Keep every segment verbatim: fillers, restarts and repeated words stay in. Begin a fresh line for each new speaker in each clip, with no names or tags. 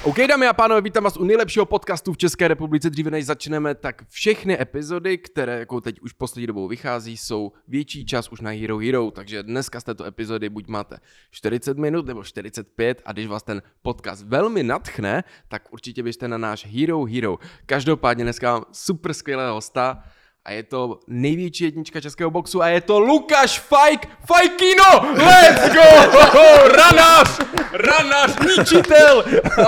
OK, dámy a pánové, vítám vás u nejlepšího podcastu v České republice. Dříve než začneme, tak všechny epizody, které jako teď už poslední dobou vychází, jsou větší čas už na Hero Hero, takže dneska z této epizody buď máte čtyřicet minut nebo čtyřicet pět a když vás ten podcast velmi nadchne, tak určitě běžte na náš Hero Hero. Každopádně dneska mám super skvělého hosta a je to největší jednička českého boxu a je to Lukáš Fajk, Fajkino, let's go, ranař, ranař, ničitel.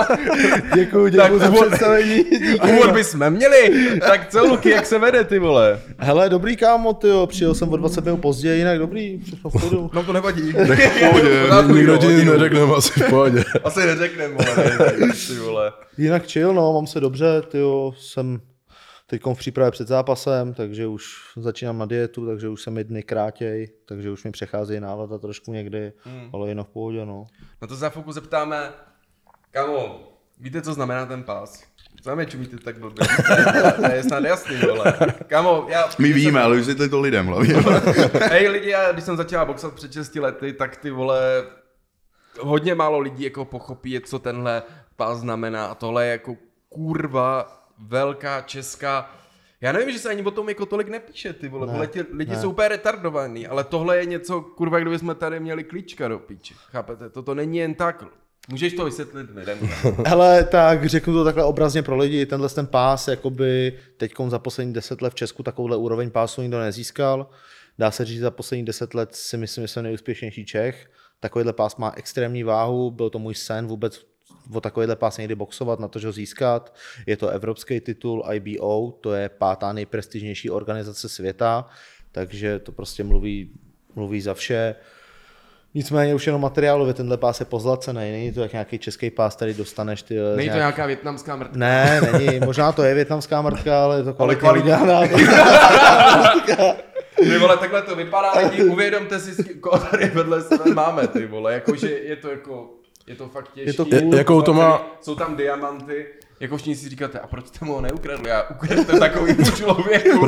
Děkuju, děkuju za představení.
Úvod bychom měli, tak co Luky, jak se vede ty vole?
Hele, dobrý kámo, tyjo, přijel jsem o dvacet minut později, jinak dobrý, všechno v pohodu.
No to nevadí.
Tak v pohodě, nikdo ti nic neřekneme, asi v pohodě.
Asi neřekneme, vole, ty vole.
Jinak chill, no, mám se dobře, tyjo, jsem teďkom v přípravě před zápasem, takže už začínám na dietu, takže už se mi dny krátěj, takže už mi přechází nálada trošku někdy, hmm. ale jinak v pohodě, no.
Na to za chvilku zeptáme, kamo, víte, co znamená ten pás? Co mě čumíte tak blbě? To je snad jasný, vole. Kamo, já...
My víme, jsem... ale vysvětli to lidem hlavně.
Hej lidi, já když jsem začal boxovat před šesti lety, tak ty vole, hodně málo lidí jako pochopí, co tenhle pás znamená a tohle je jako kurva velká česká, já nevím, že se ani o tom jako tolik nepíše, ty vole, ne, ti lidi ne. jsou úplně retardovaný, ale tohle je něco, kurva, kdyby jsme tady měli klíčka do píče, chápete, toto není jen tak, můžeš to vysvětlit lidem.
Hele, tak řeknu to takhle obrazně pro lidi, tenhle ten pás, jakoby teďkom za poslední deset let v Česku takovouhle úroveň pásu nikdo nezískal, dá se říct, za poslední deset let si myslím, že jsem nejúspěšnější Čech, takovýhle pás má extrémní váhu, byl to můj sen vůbec o takovýhle pás někdy boxovat, na to, že ho získat. Je to evropský titul I B O, to je pátá nejprestižnější organizace světa, takže to prostě mluví, mluví za vše. Nicméně už jenom materiálově tenhle pás je pozlacený, není to jak nějaký český pás, tady dostaneš ty...
Není
nějak...
to nějaká vietnamská mrtka?
Ne, není, možná to je vietnamská mrtka, ale je to kvalitně
udělaná. Ty vole, takhle to vypadá, lidi, uvědomte si, koho tady vedle sebe máme, ty vole, jakože je to jako... Je to fakt těžký.
Je to cool.
Jakou to má...
Jsou tam diamanty. Jako všichni si říkáte, a proč jste mu ho neukradli? Já ukradete takovýmu člověku.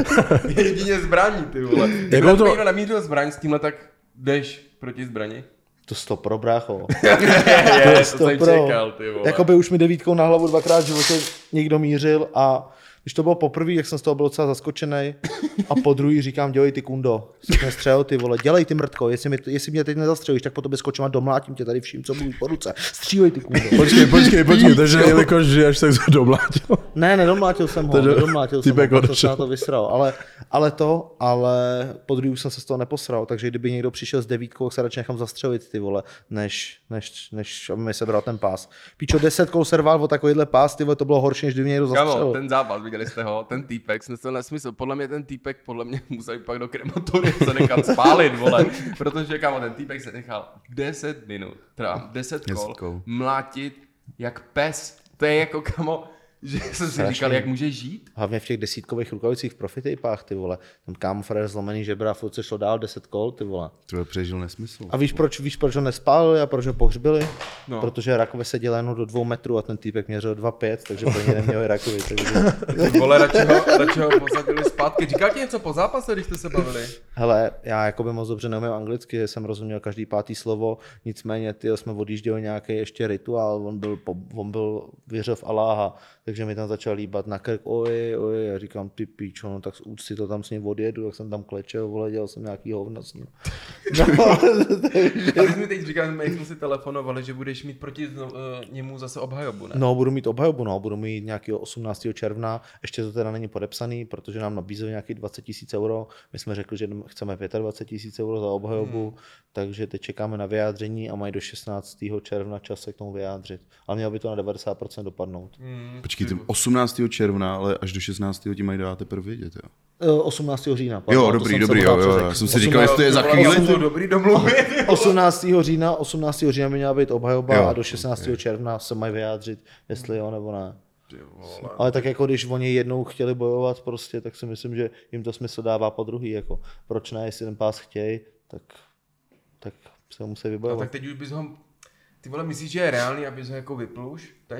Jedině zbraní, ty vole. Kdyby to... někdo namířil zbraň s tímhle, tak jdeš proti zbrani?
To stopro, brácho.
je, to, to jsem čekal, ty vole.
Jakoby už mi devítkou na hlavu dvakrát v životě někdo mířil a když to bylo poprvé, jak jsem z toho byl docela zaskočený a po druhý říkám, dělej ty kundo, jsi střel, ty vole, dělej ty mrtko, jestli, mi, jestli mě teď nezastřelíš, tak po tobě skočím a domlátím tě tady vším, co budu po ruce, střílej ty kundo.
Počkej, počkej, počkej, takže jelikož žiješ, tak se domlátil.
Ne, nedomlátil jsem ho,
takže
nedomlátil jsem ho,
to
se na to vysral, ale, ale to, ale po druhý už jsem se z toho neposral, takže kdyby někdo přišel s devítkou, se radši nechám zastřelit, ty vole, než, než, než aby mi sebral ten pás. Píčo, desetkou serval o takovýhle pás, ty vole, to bylo horší, než kdyby někdo zastřelil.
Kamo, ten zápas, viděli jste ho, ten týpek, snesl nesmysl, podle mě ten týpek, podle mě musel pak do krematoria se nechat spálit, vole, protože kamo, ten týpek se nechal deset minut, teda deset kol, mlátit jak pes, to je jako kamo, že jsem si
Strašný.
říkal, jak může žít.
Hlavně v těch desítkových rukavicích v profitejpách, ty vole. Tam kámo frajer zlomený žebra, furt se šlo dál deset kol, ty vole.
To je přežil nesmysl.
A víš proč, víš proč ho nespálili a proč ho pohřbili?
No.
Protože rakve seděl jenom do dvou metrů a ten týpek měřil dva pět, takže pro ně neměli rakovi. Takže...
Vole, radši ho, radši ho posadili zpátky. Říkal ti něco po zápase, když jste se bavili?
Hele, já jakoby moc dobře neumím anglicky, jsem rozuměl každý pátý slovo, nicméně tyjo, jsme odjížděli nějaký ještě rituál, on byl, on byl věřil v Aláha, takže mi tam začal líbat na krk, oj, oj, a říkám, ty píčo, no tak z úcty to tam s ním odjedu, tak jsem tam klečel, vole, dělal jsem nějaký hovna s ním. No,
a ty jsi mi teď říkal, jak jsme si telefonovali, že budeš mít proti uh, němu zase obhajobu, ne?
No, budu mít obhajobu, no, budu mít nějakého osmnáctého června, ještě to teda není podepsaný, protože nám nabízeli nějaký dvacet tisíc euro, my jsme řekli, že chceme dvacet pět tisíc euro za obhajobu, hmm. takže teď čekáme na vyjádření a mají do šestnáctého června čas se k tomu vyjádřit, ale mělo by to na devadesát procent dopadnout.
Hmm. Počkej, osmnáctého června, ale až do šestnáctého ti mají dát teprve vědět, jo?
osmnáctého října.
Jo, jo dobrý, dobrý, jo, jo, já jsem si říkal, jestli to je za chvíli.
Dobrý domluvit.
osmnáctého října, osmnáctého října by měla být obhajoba
jo,
a do šestnáctého června se mají vyjádřit, jestli jo nebo ne.
Vole.
Ale tak jako když oni jednou chtěli bojovat prostě, tak si myslím, že jim to smysl dává po druhý, jako proč ne, jestli ten pás chtějí, tak, tak se ho musí vybojovat.
No, tak teď už bys ho, ty vole, myslíš, že je reálný, abys ho jako vypluš teď?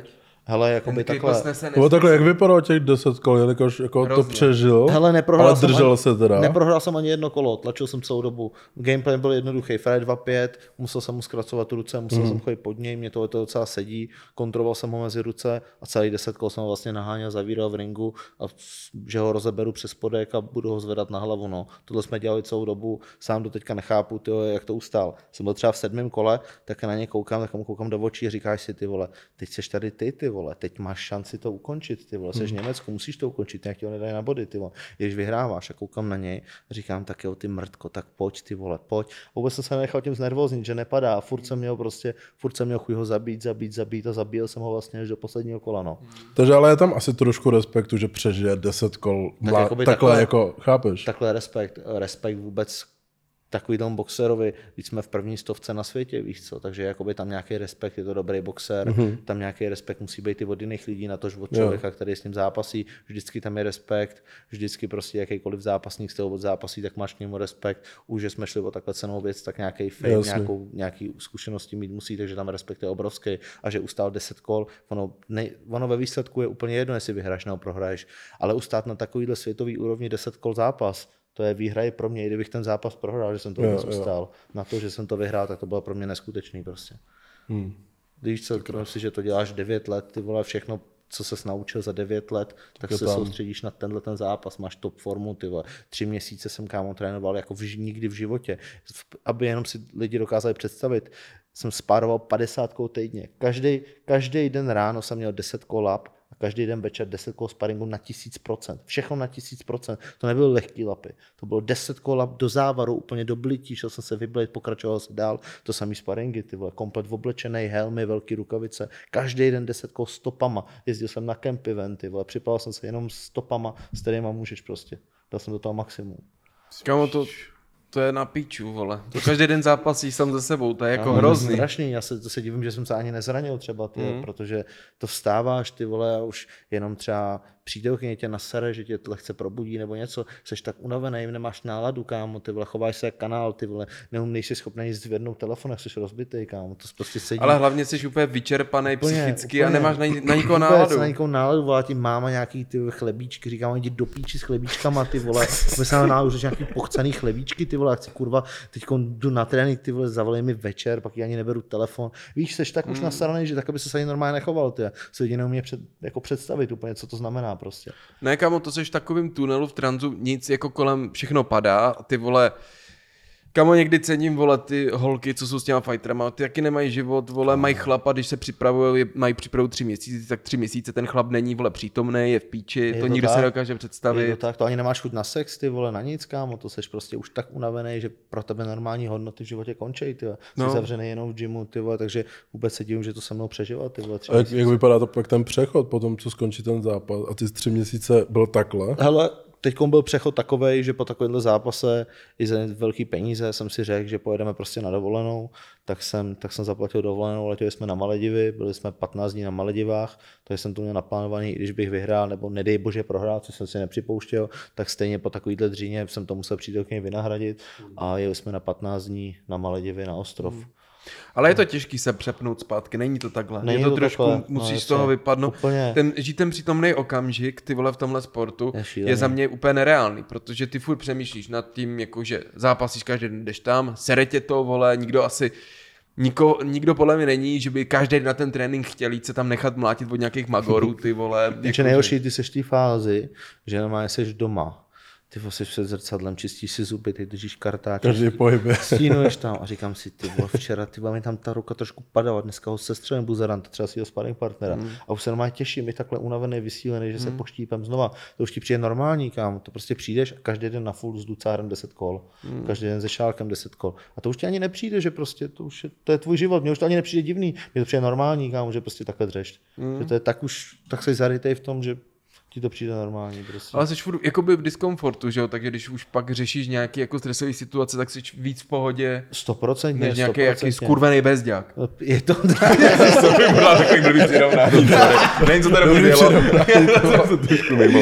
Hele, jakoby takhle.
Nebo takhle, jak vypadalo těch deset kol, jelikož jako to přežil,
Hele, neprohrál
ale
jsem
držel
ani,
se teda.
Neprohrál jsem ani jedno kolo, tlačil jsem celou dobu. Gameplay byl jednoduchý, Fred dva pět, musel jsem mu zkracovat ruce, musel mm. jsem chodit pod něj, mě to, to docela sedí, kontroloval jsem ho mezi ruce a celý deset kol jsem ho vlastně naháněl, zavíral v ringu a že ho rozeberu přes spodek a budu ho zvedat na hlavu. No. Tohle jsme dělali celou dobu, sám do teďka nechápu, tyjo, jak to ustál. Jsem byl třeba v sedmém kole, tak na ně koukám, tak mu koukám do očí a říkáš si, ty vole, teď seš tady ty, ty vole, teď máš šanci to ukončit, ty vole, seš v Německu, musíš to ukončit, nějak ti ho nedají na body, ty vole. Když vyhráváš a koukám na něj a říkám, tak jo, ty mrtko, tak pojď, ty vole, pojď. Vůbec jsem se nenechal tím znervóznit, že nepadá, furt jsem měl prostě, furt jsem měl chuj ho zabít, zabít, zabít a zabíjel jsem ho vlastně až do posledního kola, no.
Takže ale je tam asi trošku respektu, že přežije deset kol, tak mlá, takhle, takhle jako, chápeš?
Takhle respekt, respekt vůbec takový tomu boxerovi, když jsme v první stovce na světě, víš co, takže jakoby tam nějaký respekt, je to dobrý boxer, mm-hmm. tam nějaký respekt musí být i od jiných lidí, na tož od člověka, jo. který s ním zápasí, vždycky tam je respekt, vždycky prostě jakýkoliv zápasník s tebou od zápasí, tak máš k němu respekt, už že jsme šli o takhle cenou věc, tak nějaký fame, nějakou, nějaký zkušenosti mít musí, takže tam respekt je obrovský a že ustál deset kol, ono, ne, ono ve výsledku je úplně jedno, jestli vyhráš nebo prohraješ, ale ustát na takovýhle světový úrovni deset kol zápas, to je výhra i pro mě, i kdybych ten zápas prohrál, že jsem to vůbec ustál. Na to, že jsem to vyhrál, tak to bylo pro mě neskutečný prostě. Hmm. Když co, si, že to děláš devět let, ty vole, všechno, co ses naučil za devět let, tak se tam soustředíš na tenhle ten zápas, máš top formu, ty vole. Tři měsíce jsem kámo trénoval jako v, nikdy v životě. Aby jenom si lidi dokázali představit, jsem spároval padesát kol týdně. Každý, každý den ráno jsem měl deset kol up, a každý den večer deset kol sparingu na tisíc procent. Všechno na tisíc procent. To nebyly lehký lapy. To bylo deset kol lap do závaru, úplně do blití, šel jsem se vyblit, pokračoval se dál. To samý sparingy, ty vole, komplet oblečený, helmy, velký rukavice. Každý den deset kol stopama. Jezdil jsem na kempy ven, ty vole, připal jsem se jenom stopama, s kterýma můžeš prostě. Dal jsem do toho maximum.
Kámo, to... To je na píču, vole. To každý den zápasíš sám ze sebou, to je jako
no,
hrozný.
Strašný, já se, to se divím, že jsem se ani nezranil třeba, ty, mm. protože to vstáváš, ty vole, a už jenom třeba přítelkyně tě nasere, že tě lehce probudí nebo něco, seš tak unavený, nemáš náladu, kámo, ty vole, chováš se jak kanál, ty vole, nejsi schopný nic zvednout telefon, jak jsi rozbitej, kámo, to prostě sedí.
Ale hlavně jsi úplně vyčerpaný úplně, psychicky
úplně,
a nemáš na, na nikoho náladu.
Na nikoho náladu, volá ti máma nějaký ty chlebíčky, říkám, jdi do píči s chlebíčkama, ty vole, my se na náladu, že nějaký pochcený chlebíčky, ty vole, chci kurva, teď jdu na trénink, ty vole, zavolej mi večer, pak ani neberu telefon. Víš, seš tak mm. už nasranej, že tak, aby se ani normálně nechoval, ty. Se lidi neumí před, jako představit úplně, co to znamená prostě.
Ne, kámo, to seš v takovým tunelu v tranzu, nic jako kolem, všechno padá, ty vole, Kamo, někdy cením, vole, ty holky, co jsou s těma fighterama, ty taky nemají život, vole, mají chlapa, když se připravují, mají připravu tři měsíce, tak tři měsíce ten chlap není, vole, přítomný, je v píči, je to, to nikdo tak, se nedokáže představit.
Je to tak, to ani nemáš chuť na sex, ty vole, na nic, kámo, to seš prostě už tak unavený, že pro tebe normální hodnoty v životě končí, ty vole. Jsi no. zavřený jenom v gymu, ty vole, takže vůbec se divím, že to se mnou přežívá, ty vole.
A jak, jak vypadá to pak ten přechod po tom, co skončí ten zápas a ty tři měsíce byl takhle?
Hele, teď byl přechod takovej, že po takovémhle zápase i za velký peníze jsem si řekl, že pojedeme prostě na dovolenou, tak jsem, tak jsem zaplatil dovolenou, letěli jsme na Maledivy, byli jsme patnáct dní na Maledivách, takže jsem to měl naplánovaný, i když bych vyhrál, nebo nedej bože prohrál, což jsem si nepřipouštěl, tak stejně po takovýhle dříně jsem to musel přítelkyni vynahradit a jeli jsme na patnáct dní na Maledivy na ostrov. Hmm.
Ale je to těžký se přepnout zpátky, není to takhle.
Není
je to,
to
trošku,
takhle.
musíš
no,
z toho vypadnout.
Úplně.
Ten, žít ten přítomný okamžik, ty vole, v tomhle sportu, je, je za mě úplně nereálný, protože ty furt přemýšlíš nad tím, jako, že zápasíš každý den, jdeš tam, sere tě to, vole, nikdo asi, nikdo, nikdo podle mě není, že by každý den na ten trénink chtěl jít se tam nechat mlátit od nějakých magorů, ty vole.
Takže nejhorší, ty seš v té fázi, že normálně seš doma. Ty jsi před zrcadlem, čistíš si zuby, ty držíš kartáč.
Každý pohyb.
Stínuješ tam a říkám si, ty vole, včera ty mi tam ta ruka trošku padala, dneska ho sestřelím buzerant, třeba si ho sparring partnera. Mm. A už se normálně těším, je takhle unavený, vysílený, že se mm. poštípem znova. To už ti přijde normální, kam. To prostě přijdeš a každý den na full s ducárem deset kol. Mm. Každý den se šálkem deset kol. A to už ti ani nepřijde, že prostě to už je, to je tvůj život. Mně už to ani nepřijde divný, mně to přijde normální, kam, že prostě takhle dřeš. Mm. Že to je tak už, tak se zarytej v tom, že ti to přijde normální prostě.
Ale jsi furt jakoby v diskomfortu, že jo, takže když už pak řešíš nějaký jako stresový situace, tak jsi víc v pohodě.
sto procent
než nějaký jaký skurvený bezďák.
Je to tak.
To by byla takový blbý přirovnání. Nevím, co to dobrý
trošku mimo.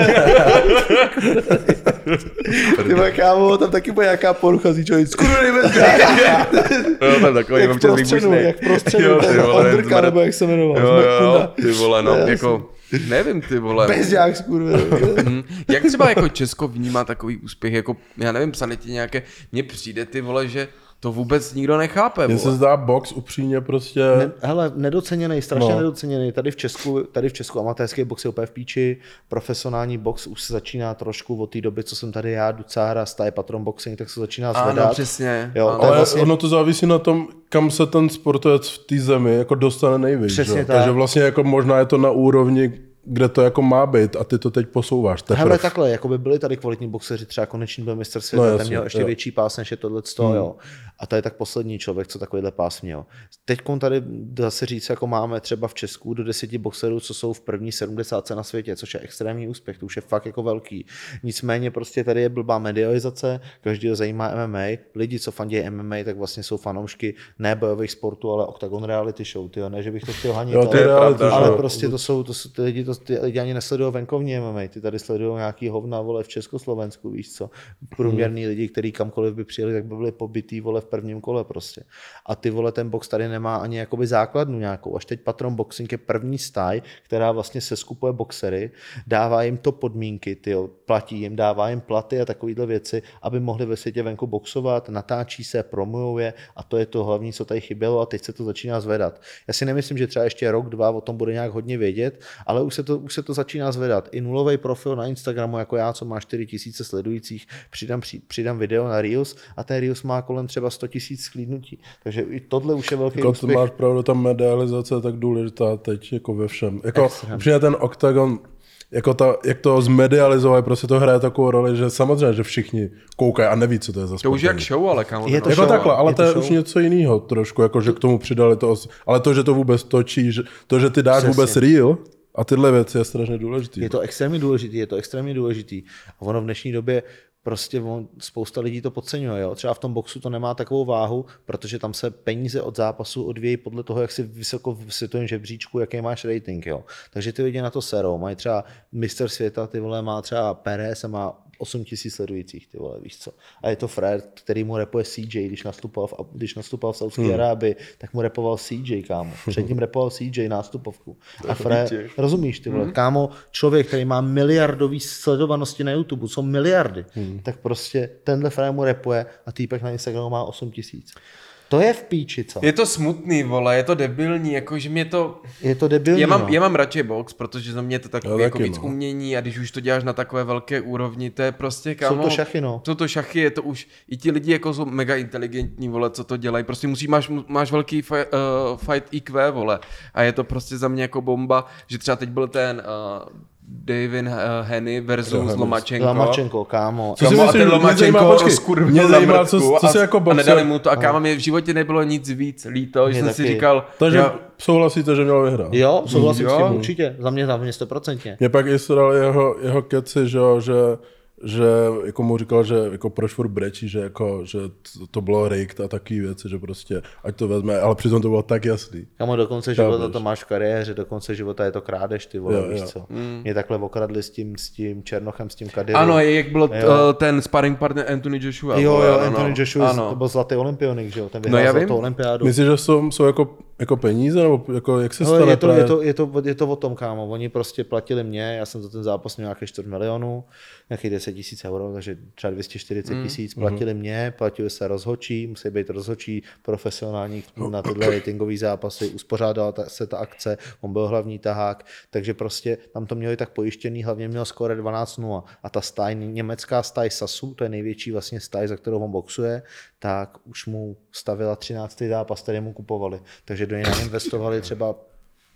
Ty moje kámo, tam taky bude nějaká porucha, si člověk skurvený bezďák.
Jo, tam takový
jak prostředu, jak prostředu, Ondrka, nebo jak se jmenoval.
Jo, jo, ty vole, no, jako... Nevím, ty vole.
Bezďák, skurvený.
hmm. Jak třeba jako Česko vnímá takový úspěch, jako, já nevím, psali ti nějaké, mně přijde ty vole, že to vůbec nikdo nechápe.
Mně se zdá box upřímně prostě...
Ne, hele, nedoceněný, strašně
no.
nedoceněný. Tady v Česku, tady v Česku amatérský box je úplně v píči, profesionální box už se začíná trošku od té doby, co jsem tady já, Ducára, Staj, Patron Boxing, tak se začíná zvedat.
Ano, přesně.
Jo,
ano.
Ale
vlastně...
ono to závisí na tom, kam se ten sportovec v té zemi jako dostane nejvíc.
Přesně tak.
Takže vlastně jako možná je to na úrovni, kde to jako má být a ty to teď posouváš. Teprv.
Hele, takhle, jako by byli tady kvalitní boxeři, třeba konečný byl mistr světa,
no,
ten měl ještě jo. větší pás než je tohleto, hmm. jo. A to je tak poslední člověk, co takovýhle pás měl. Teď tady dá se říct, jako máme třeba v Česku do deseti boxerů, co jsou v první sedmdesátce na světě, což je extrémní úspěch, to už je fakt jako velký. Nicméně prostě tady je blbá medializace, každýho zajímá M M A, lidi, co fandějí M M A, tak vlastně jsou fanoušky ne bojových sportů, ale Octagon reality show, tyjo, ne, že bych to chtěl hanit,
jo,
ale,
reality,
ale
show.
prostě to jsou, to jsou ty lidi, to, ty lidi ani nesledují venkovní M M A, ty tady sledují nějaký hovna, vole, v Československu, víš co, průměrný hmm. lidi, kteří kamkoliv by přijeli, tak by byli pobytý, vole, v prvním kole prostě. A ty vole, ten box tady nemá ani jakoby základnu nějakou. Až teď Patron Boxing je první stáj, která vlastně seskupuje boxery, dává jim to podmínky, tyjo, platí jim, dává jim platy a takovýhle věci, aby mohli ve světě venku boxovat, natáčí se, promujou je a to je to hlavní, co tady chybělo a teď se to začíná zvedat. Já si nemyslím, že třeba ještě rok, dva o tom bude nějak hodně vědět, ale už se to, už se to začíná zvedat. I nulový profil na Instagramu, jako já, co má čtyři tisíce sledujících, přidám, přidám video na Reels a ten Reels má kolem třeba sto tisíc sklídnutí. Takže i tohle už je velký
jako
úspěch.
Máš pravdu, ta medializace je tak důležitá teď jako ve všem. Jako upřímně ten Octagon, jako ta, jak to zmedializovat, prostě to hraje takovou roli, že samozřejmě, že všichni koukají a neví, co to je za sport.
To už je jak show, ale kámo.
Je to
jako
show,
takhle, ale
je
to je
to
už něco jiného trošku, jako že k tomu přidali to, ale to, že to vůbec točí, že, to, že ty dáš Přesně. vůbec reel, a tyhle věci je strašně důležitý.
Je to extrémně důležitý, je to extrémně důležitý. A ono v dnešní době prostě on, spousta lidí to podceňuje. Jo? Třeba v tom boxu to nemá takovou váhu, protože tam se peníze od zápasu odvíjí podle toho, jak si vysoko v světovém žebříčku, jaký máš rating. Jo? Takže ty lidi na to serou. Mají třeba mistr světa, ty vole, má třeba Perez a má osm tisíc sledujících, ty vole, víš co. A je to Fred, který mu rapuje C J, když nastupoval v, když nastupoval v Saudské hmm. Arábii, tak mu rapoval C J, kámo. Před ním rapoval C J nástupovku. A Fred, rozumíš, ty vole, hmm. kámo, člověk, který má miliardový sledovanosti na YouTube, jsou miliardy, hmm. tak prostě tenhle Fred mu rapuje a týpek na Instagramu má osm tisíc. To je v píči, co?
Je to smutný, vole, je to debilní, jakože mě to...
Je to debilní,
já mám,
no.
já mám radši box, protože za mě je to takové jako
taky,
víc
no.
umění a když už to děláš na takové velké úrovni, to je prostě, kámo...
Jsou to šachy, no.
Jsou to šachy, je to už... I ti lidi jako jsou mega inteligentní, vole, co to dělají. Prostě musí, máš, máš velký fight, uh, fight I Q, vole. A je to prostě za mě jako bomba, že třeba teď byl ten... Uh, David uh, Henny versus Lomachenko.
Lomachenko, kámo.
Co si
kámo,
myslíš,
a ten Lomachenko rozkurvil na mrtku
co, co jako
a nedali mu to. A kámo, mě v životě nebylo nic víc líto, že jsem
taky.
si říkal...
Takže
já...
souhlasíte, že měl vyhrát?
Jo, souhlasím
jo.
s tím určitě. Za mě, za mě sto procent.
Mě pak i dal jeho, jeho keci, že, že, že jako mu říkal, že jako proč furt brečí, že, jako, že to bylo rigged a takový věci, že prostě ať to vezme, ale přitom to bylo tak jasný.
Kamo, do konce života to máš v kariéře, do konce života je to krádež, ty vole,
jo,
víš
jo.
co.
Mm.
Mě takhle okradli s tím, s tím Černochem, s tím Kadirou.
Ano, jak byl
jo.
ten sparring partner Anthony Joshua.
Jo,
vole,
jo,
ano,
Anthony
no.
Joshua,
ano.
to byl zlatý olympionik, že jo, ten
No, já
vyhrál
vím.
zlatou olympiádu.
Myslíš, že jsou, jsou jako, jako peníze, nebo jako, jak se
Hele,
stane
je, to,
právě?
je, to, je, to, je to o tom, kámo, oni prostě platili mě, já jsem za ten zápas měl nějaké čtvrt milionů, nějakých deset tisíc euro, takže třeba dvě stě čtyřicet tisíc, mm. platili mě, platili se rozhodčí, musí být rozhodčí, profesionální na tyhle ratingové zápasy, uspořádala ta, se ta akce, on byl hlavní tahák, takže prostě tam to měli tak pojištěný, hlavně měl skóre dvanáct nula a ta stáj, německá stáj Sasu, to je největší vlastně stáj, za kterou on boxuje, tak už mu stavila třináctý zápas, který mu kupovali, takže do něj investovali třeba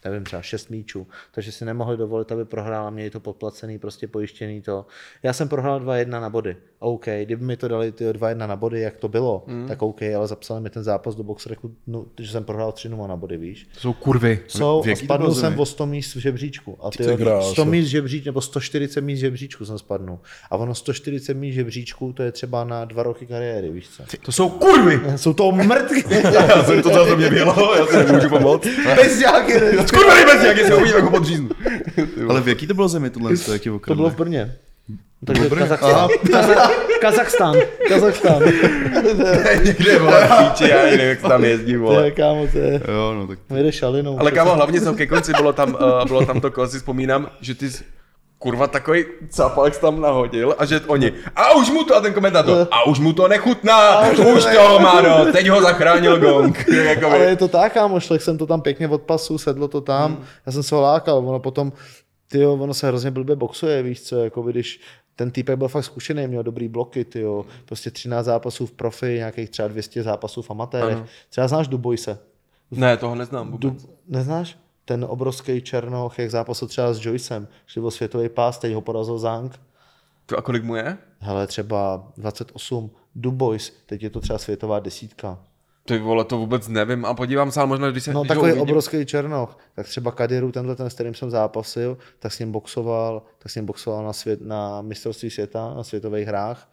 nevím, třeba šest míčů, takže si nemohli dovolit, aby prohrála, měli to podplacený, prostě pojištěný to. Já jsem prohrál dva jedna na body. OK, kdyby mi to dali ty dva jedna na body, jak to bylo, mm. tak OK, ale zapsali mi ten zápas do boxreku, no, že jsem prohrál tři nula na body, víš.
To jsou kurvy.
Jsou,
v
a
jaký to
spadnul
bylo
jsem
zemi?
o sto míst v žebříčku. A ty
Ty krása.
sto míst žebříčku, nebo sto čtyřicet míst žebříčku jsem spadnul. A ono sto čtyřicet míst žebříčku, to je třeba na dva roky kariéry, víš co.
To jsou kurvy!
Jsou to mrtky.
Já jsem to, co mě bylo, já si nemůžu pomoct.
Bezďáky.
Kurva, bezďáky, se uvidím, jako podříznu.
Ale v jaký to bylo zemi tohle, jak tě
To
okradli?
bylo v Brně. Takže
v Brně?
Kazachstán. Kaza- Kazachstán. Kazachstán.
Někde, vole, píči, já nevím, jak se tam jezdí,
To
vole.
je, kámo, to je...
Jo, no tak
Jede šalinou.
Ale kámo, hlavně jsem ke konci, bylo tam, uh, bylo tam to, koho si vzpomínám, že ty jsi, kurva, takový capalek tam nahodil a že oni, a už mu to, a ten komentátor, a už mu to nechutná, už to má, no, teď ho zachránil gong. Jakoby.
Ale je to tak, kámo, šlek jsem to tam pěkně od pasu, sedlo to tam, hmm. já jsem se ho lákal, ono potom, tyjo, ono se hrozně blbě boxuje, víš co, jako když ten týpek byl fakt zkušený, měl dobrý bloky, tyjo, prostě třináct zápasů v profi, nějakých třeba dvě stě zápasů v amatérech. Ano. Třeba znáš Dubojse?
Ne, toho neznám vůbec.
Du, neznáš? Ten obrovský černoch, jak zápasil třeba s Joycem, šli o světový pás, teď ho porazil Zhang.
A kolik mu je?
Hele, třeba dvacet osm, Dubois, teď je to třeba světová desítka.
Ty vole, to vůbec nevím a podívám se, ale možná, když se...
No
když
takový
ho uvidím...
obrovský černoch, tak třeba Kadiru, tenhle ten, s kterým jsem zápasil, tak s ním boxoval, tak s ním boxoval na, svět, na mistrovství světa, na světových hrách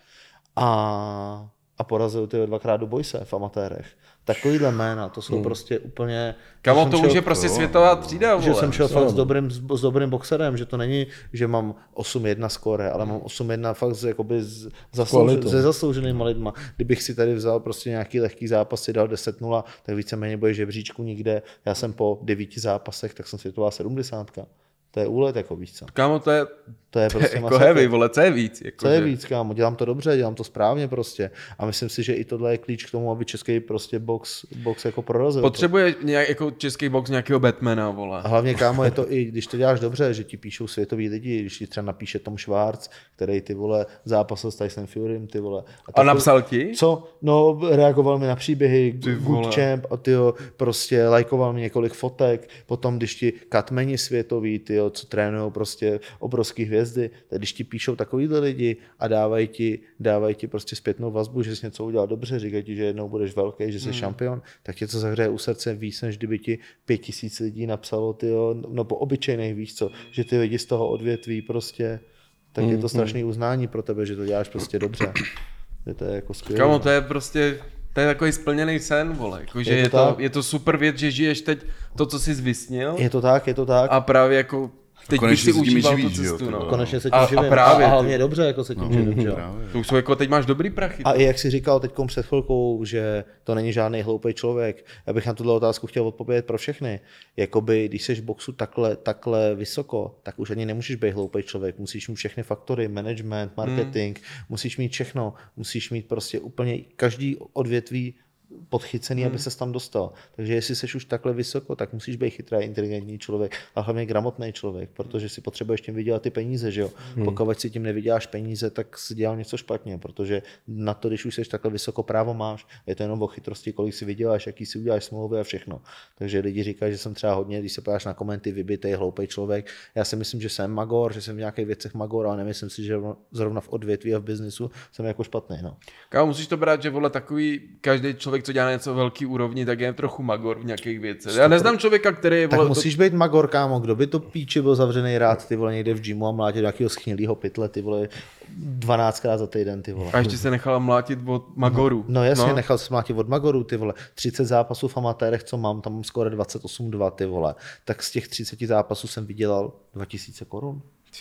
a, a porazil ty dvakrát Duboise v amatérech. Takovýhle jména, to jsou hmm. prostě úplně...
Kamo,
že
to
jsem
už
šel-
je prostě světová třída, vole.
Že jsem šel fakt s dobrým, s dobrým boxerem, že to není, že mám osm jedna skóre, ale mám osm jedna fakt z, jakoby z, zaslouž, se zaslouženýma lidma. Kdybych si tady vzal prostě nějaký lehký zápasy, dal deset nula, tak víceméně bude žebříčku nikde. Já jsem po devíti zápasech, tak jsem světová sedmdesátka. To je úlet, jako víš co.
Kámo, to je,
To je prostě
jako
masakr.
heavy, vole, co je víc? Jako
Co je
že...
víc, kámo, dělám to dobře, dělám to správně prostě. A myslím si, že i tohle je klíč k tomu, aby český prostě box, box jako prorazil.
Potřebuje nějak, jako český box nějakého Batmana, vole.
A hlavně, kámo, je to i, když to děláš dobře, že ti píšou světoví lidi, když ti třeba napíše Tom Schwarz, který ty vole zápasil s Tyson Furym, ty vole.
A,
tak
a napsal ti?
Co? No, reagoval mi na příběhy,
Ty vole.
Good Champ a tyjo, prostě lajkoval mi několik fotek, potom když ti katmeni světoví, tyjo, co trénujou prostě obrovský hvězdy, tak když ti píšou takovýhle lidi a dávají ti, dávají ti prostě zpětnou vazbu, že jsi něco udělal dobře, říkají ti, že jednou budeš velký, že jsi hmm. šampion, tak tě to zahřeje u srdce víc, než kdyby ti pět tisíc lidí napsalo, tyjo, no po obyčejných, víš co, že ty lidi z toho odvětví prostě, tak je to strašný uznání pro tebe, že to děláš prostě dobře. Že to je jako skvělé.
Kámo, to je prostě, to je takový splněný sen, vole. Jako, že
Je
je,
to
to,
tak?
je to super věc, že žiješ teď to, co jsi vysnil
Je to tak, je to tak.
a právě jako teď bych
konečně
si
se tím
užíval
živíš,
tu
že jo,
cestu,
ty
no.
vole.
Konečně se tím
A- a
živím.
právě,
a
ty-
hlavně dobře, jako se tím
No,
živím, že jo.
právě.
To už jsou jako, teď máš dobrý prachy.
A i jak jsi říkal teď před chvilkou, že to není žádný hloupý člověk, já bych na tuhle otázku chtěl odpovědět pro všechny. Jakoby, když jsi v boxu takhle, takhle vysoko, tak už ani nemůžeš být hloupý člověk. Musíš mít všechny faktory, management, marketing, hmm. musíš mít všechno. Musíš mít prostě úplně každý odvětví podchycený, hmm. aby ses tam dostal. Takže jestli jsi už takhle vysoko, tak musíš být chytrý, inteligentní člověk a hlavně gramotný člověk, protože si potřebuješ tím vydělat ty peníze, že jo. Hmm. Pokud si tím nevyděláš peníze, tak si dělal něco špatně, protože na to, když už jsi takhle vysoko, právo máš. Je to jenom o chytrosti, kolik si vyděláš, jaký si uděláš smlouvy a všechno. Takže lidi říkají, že jsem třeba hodně, když se podíváš na komenty, vybitej, hloupý člověk. Já si myslím, že jsem magor, že jsem v nějakých věcech magor, ale nemyslím si, že zrovna v odvětví a v biznisu jsem jako špatný, no.
Kámo, musíš to brát, že vole takový, každý člověk, co dělá na něco velký úrovni, tak je trochu magor v nějakých věcech. Já neznám člověka, který je
Tak
vole,
musíš být magor, kámo, kdo by to píči byl zavřený rád, ty vole, někde v gymu a mlátit nějakého schnilýho pytle, ty vole, dvanáctkrát za týden, ty vole.
a ještě se nechala mlátit od magoru.
No jasně, no. Nechal se mlátit od magoru, ty vole. třicet zápasů v amatérech, co mám, tam mám skoro dvacet osm dva, ty vole. Tak z těch třiceti zápasů jsem vydělal dva tisíce korun.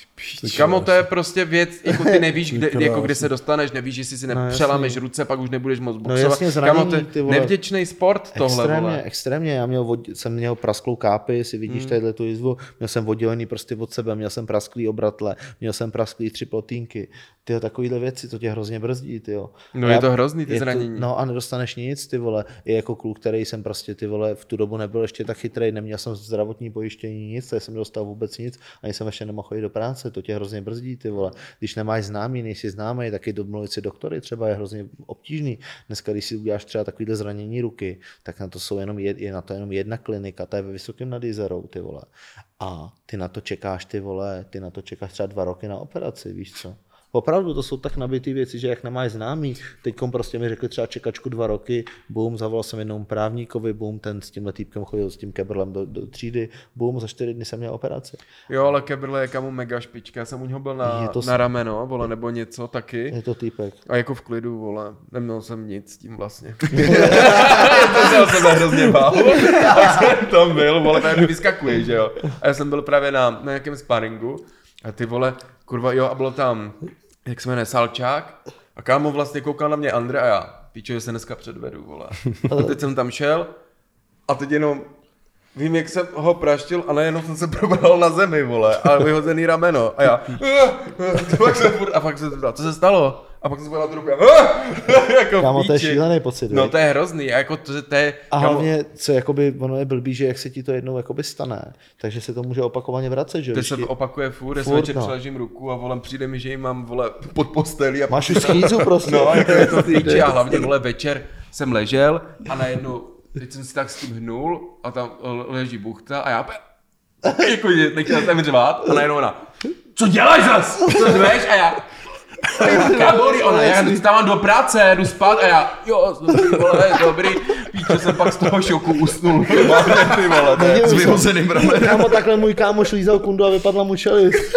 Kámo, to je prostě věc, jako ty nevíš, kde,
Krásný.
jako kde se dostaneš, nevíš, jestli si nepřelámeš ruce, pak už nebudeš moc boxovat.
jasně, zranění,
Kámo, to je
ty vole.
nevděčný sport tohle,
Extrémně,
vole.
extrémně. Já měl, vod- jsem měl prasklou kápi, jestli vidíš hmm. tadyhle tu jizvu, měl jsem oddělený prsty od sebe, měl jsem prasklý obratle, měl jsem prasklý tři plotínky. Tyjo, takovýhle věci, to tě hrozně brzdí, tyjo.
No
Já-
je to hrozný, ty
je to-
zranění.
No a nedostaneš nic, ty vole. I jako kluk, který jsem prostě, ty vole, v tu dobu nebyl ještě tak chytrý, neměl jsem zdravotní pojištění, nic, takže jsem nedostal vůbec nic, ani jsem ještě nemohl jít do práce. práce, to tě hrozně brzdí, ty vole. Když nemáš známý, nejsi známý, taky domluvit si doktory třeba je hrozně obtížný. Dneska, když si uděláš třeba takovýhle zranění ruky, tak na to jsou jenom jed, je na to jenom jedna klinika, ta je ve Vysokém nad Jizerou, ty vole. A ty na to čekáš, ty vole, ty na to čekáš třeba dva roky na operaci, víš co? Opravdu to jsou tak nabitý věci, že jak nemáš známý, teďkom prostě mi řekli třeba čekačku dva roky, boom, zavolal jsem jednou právníkovi, boom, ten s tímhle týpkem chodil s tím Kebrlem do, do třídy, boom, za čtyři dny jsem měl operaci.
Jo, ale Kebrle je kamu mega špička, já jsem u něho byl na,
to
na rameno, vole, nebo něco taky.
Je to týpek.
A jako v klidu, vole, neměl jsem nic s tím vlastně. To jsem se hrozně bál. Tak jsem tam byl, vole, tady vyskakuje, že jo. A já jsem byl právě na, na nějakém sparingu a ty vole, kurva, jo, a bylo tam, jak se jmenuje, Salčák a kámo vlastně koukal na mě Andrej a já, píčo, že se dneska předvedu, vole. A teď jsem tam šel a teď jenom vím, jak jsem ho praštil a najednou jsem se probral na zemi, vole, a vyhozený rameno a já pak jsem furt, a pak jsem se co se stalo? A pak jsem se na tu ruku jako
Kámo, to je šílený pocit.
No to je hrozný, a jako to, to je...
A
kámo,
hlavně, co jakoby, ono je blbý, že jak se ti to jednou jakoby stane, takže se to může opakovaně vracet, že?
to se
ti...
opakuje furt, já
furt,
večer
no.
přeležím ruku a volem přijde mi, že ji mám, vole, pod postelí a...
Máš už schýzu prostě.
No, jako je to týče a hlavně, vole, večer jsem ležel a najednou, teď jsem si tak s tím hnul a tam leží buchta a já... jako, nechtěl jsem řvát a najednou ona, co děláš zas? Co řveš? A já... Jaká bolí ona, já jdu tam do práce, jdu spát a já, jo, dobrý, vole, dobrý, píče jsem pak z toho šoku usnul, ty vole, to je
S vyhozeným ramenem.
Kámo, takhle můj kámoš lízal kundu a vypadla mu čelist.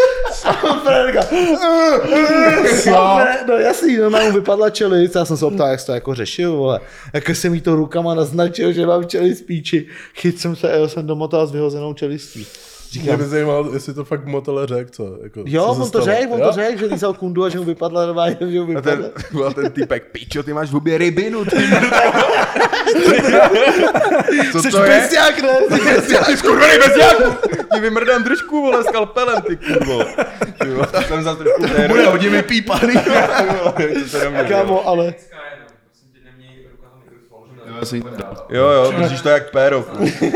No jasný, no mu vypadla čelist, já jsem se optal, jak jsi to jako řešil, vole. Jak jsem jí to rukama naznačil, že mám čelist píči. Chyt jsem se a jel jsem domotal s vyhozenou čelistí.
Mě by zajímalo, jestli to fakt motele řekl, co? Jako,
Jo,
co
on to řekl, on to řekl, že lízal kundu a že mu vypadla normálně, že mu
A
vypadla.
ten, a ten týpek, pičo, ty máš v hubě rybinu, ty. Co
Jsi
to je?
bestiák, ne?
Ty skurvený bezďáku! Ti vymrdám držku, vole, skalpelem, ty kurvo. Ty vole, jsem za trošku téru.
Bude hodně vypípaný.
Kámo, ale...
Jo, jo, držíš to jak péro.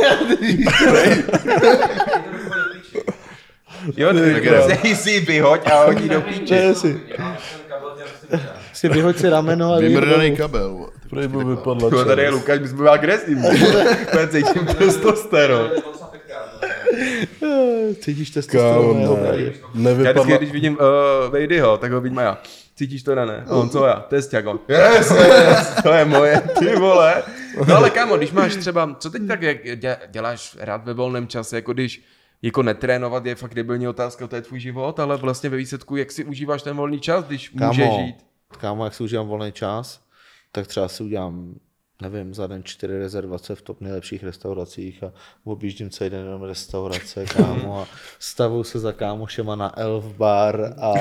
Jo, ty si ji vyhoď a hodí do píče.
si. Si vyhoď si rameno a
Vymrdaný kabel.
Prej by vypadla
Jo, tady je Lukáš, my jsme byli agresivní. Úplně cítím testosteron.
Cítíš
Kámo,
testosteron, jo,
ne,
tady.
Já vždycky,
nevypadla.
když vidím uh, Vejdyho, tak ho vidím a já. Cítíš to, ne? On co já? Tesťák, on. Yes, yes, to je moje, ty vole. No ale kámo, když máš třeba, co teď tak jak děláš rád ve volném čase, jako když jako netrénovat je fakt debilní otázka, to je tvůj život, ale vlastně ve výsledku, jak si užíváš ten volný čas, když můžeš
Kámo,
žít?
kámo, jak si užívám volný čas, tak třeba si udělám, nevím, za den čtyři rezervace v top nejlepších restauracích a objíždím celý den jenom restaurace, kámo, a stavu se za kámošema na Elf bar a,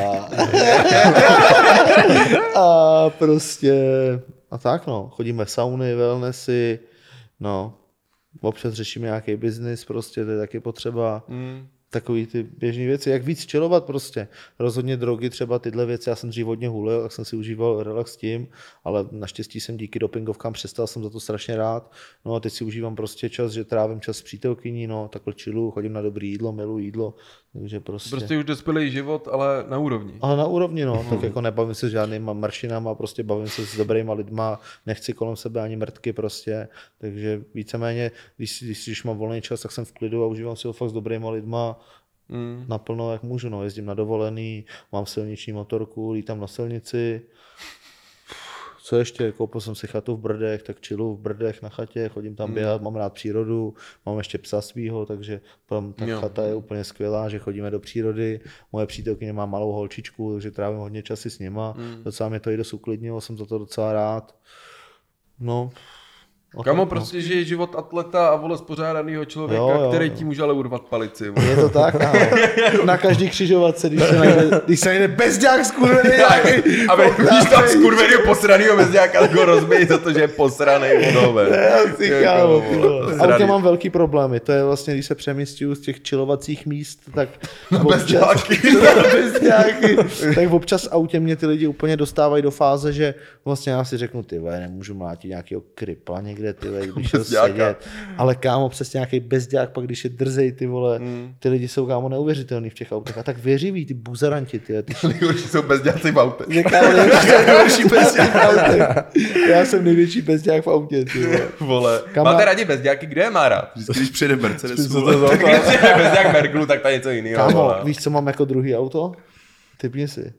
a prostě a tak no, chodíme sauny, wellnessy, no, občas řešíme nějaký biznis, prostě to je taky potřeba.
Mm.
Takový ty běžné věci, jak víc chillovat prostě. Rozhodně drogy, třeba tyhle věci, já jsem dřív hodně hulil, tak jsem si užíval relax tím, ale naštěstí jsem díky dopingovkám přestal, jsem za to strašně rád. No a teď si užívám prostě čas, že trávím čas s přítelkyní, no takhle chillu, chodím na dobrý jídlo, miluji jídlo, takže prostě.
Prostě už dospělý život, ale na úrovni.
Ale na úrovni, no, tak jako nebavím se s žádnýma maršinama, prostě bavím se s dobrýma lidma, nechci kolem sebe ani mrtky prostě, takže víceméně, když, když, když mám volný čas, tak jsem v klidu a užívám si ho fakt s dobrýma lidma, mm. naplno jak můžu, no, jezdím na dovolený, mám silniční motorku, lítám na silnici, co ještě, koupil jsem si chatu v Brdech, tak chillu v Brdech na chatě, chodím tam běhat, mám rád přírodu, mám ještě psa svýho, takže tam ta
Jo.
chata je úplně skvělá, že chodíme do přírody, moje přítelkyně má malou holčičku, takže trávím hodně časy s nima, mm. docela mě to i dost uklidnilo, jsem za to docela rád. No.
Kamo,
no.
prostě žije život atleta a vole spořádanýho člověka,
Jo, jo,
který
jo.
ti může ale urvat palici. Vole.
Je to tak, no. Na každý křižovatce, když se najde, když se najde bezďák skurvený nějaký.
A vidíš tam skurvenýho posranýho bezďáka, tak ho rozbij za to, že je posraný vodové.
Asi kámo, ty vole. A u tě mám velký problémy, to je vlastně, když se přemísťuju z těch chillovacích míst, tak občas, bezďáky, tak občas v autě mě ty lidi úplně dostávají do fáze, že vlastně já si řeknu, ty vole, nemůžu mlátit nějakýho krypla někde někde, ty vole, když šel sedět. Ale kámo, přesně nějaký bezďák, pak když je drzej, ty vole, mm. ty lidi jsou kámo neuvěřitelný v těch autech. A tak věřiví, ty buzeranti, ty. ty
Nejhorší jsou bezděláci v autě.
Nejhorší bezďák v autě. Já jsem největší bezďák v autě, ty vole.
Vole.
Kama...
Máte rádi bezďáky, kdo je má rád?
Vždycky, když přijede Mercedes,
tak když je bezďák Merklu, tak to je něco jiného.
Kámo,
vole.
víš, co mám jako druhý auto? Typni si.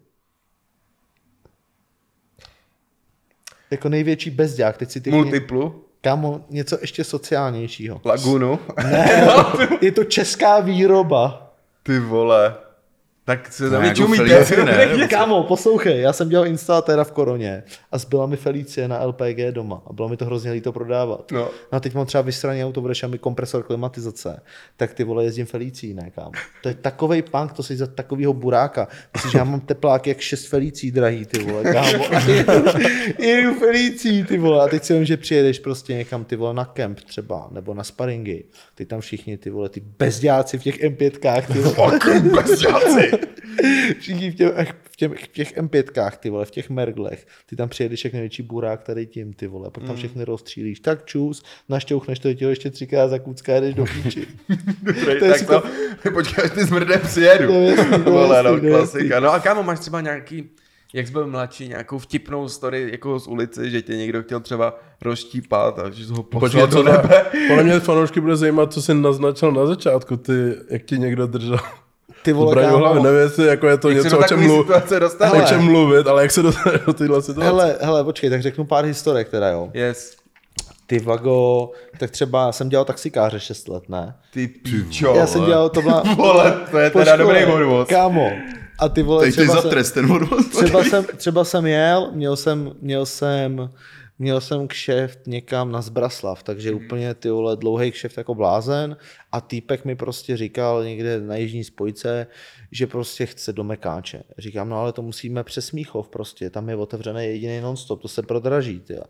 Jako největší bezďák, teď si typni.
Multiplu?
Kámo, něco ještě sociálnějšího.
Lagunu?
Ne, je to česká výroba.
Ty vole. Tak se tam
nějakou
nečumíte.
Felici, ne?
Kámo, poslouchej, já jsem dělal instalatéra v Koroně a zbyla mi Felicie na L P G doma a bylo mi to hrozně líto prodávat.
No.
No a teď mám třeba vystraněný auto, budeš mi kompresor klimatizace, tak ty vole jezdím Felicí, ne kámo. To je takovej punk, to jsi za takovýho buráka. Myslíš, že já mám tepláky jak šest Felicí drahý, ty vole, kámo. A jedu Felicí, ty vole. A teď si vím, že přijedeš prostě někam, ty vole, na kemp třeba, nebo na sparingy. Ty tam všichni, ty vole, ty bezďáci v těch M pětkách, ty vole.
bezděláci.
Všichni v těch, v, těch, v těch M pětkách, ty vole, v těch merglech, ty tam přijedeš jak největší burák tady tím, ty vole, pak tam všechny rozstřílíš, tak čus, našťouchneš to tělo ještě třikrát za kucka, jdeš do píči.
Dobrý,
To je
tak
si
to,
to-
počkej, až ty smrdem přijedu.
To je jasný, to je
Vole, no,
jasný, to je
klasika. No a kámo, máš třeba nějaký, jak jsi byl mladší, nějakou vtipnou story jako z ulici, že tě někdo chtěl třeba rozštípat a že jsi ho
Počkej,
poslal
co
do nebe.
podle mě fanoušky bude zajímat, co jsi naznačil na začátku, ty, jak ti někdo držel
Ty vole,
zbraň u hlavy.
kámo.
Nevím, jestli jako je to
Jak se
něco,
do
o čem,
takové
mluv,
situace dostane.
o
Hele.
čem mluvit, ale jak se dostane do téhle situace.
Hele, hele, počkej, tak řeknu pár historek teda, jo.
Yes.
Ty vago, tak třeba jsem dělal taxikáře šest let, ne?
Ty píčo.
Já jsem dělal, to byla...
Vole, to je
po
teda
škole.
dobrý odvoz.
Kámo. A ty vole,
Tady ty
třeba
za
jsem-
trest ten odvoz.
Třeba jsem, třeba jsem jel, měl jsem, měl jsem, měl jsem kšeft někam na Zbraslav, takže úplně ty vole dlouhý kšeft jako blázen a týpek mi prostě říkal někde na jižní spojce, že prostě chce do Mekáče. Říkám, no ale to musíme přes Smíchov prostě, tam je otevřený jediný nonstop, to se prodraží, ty.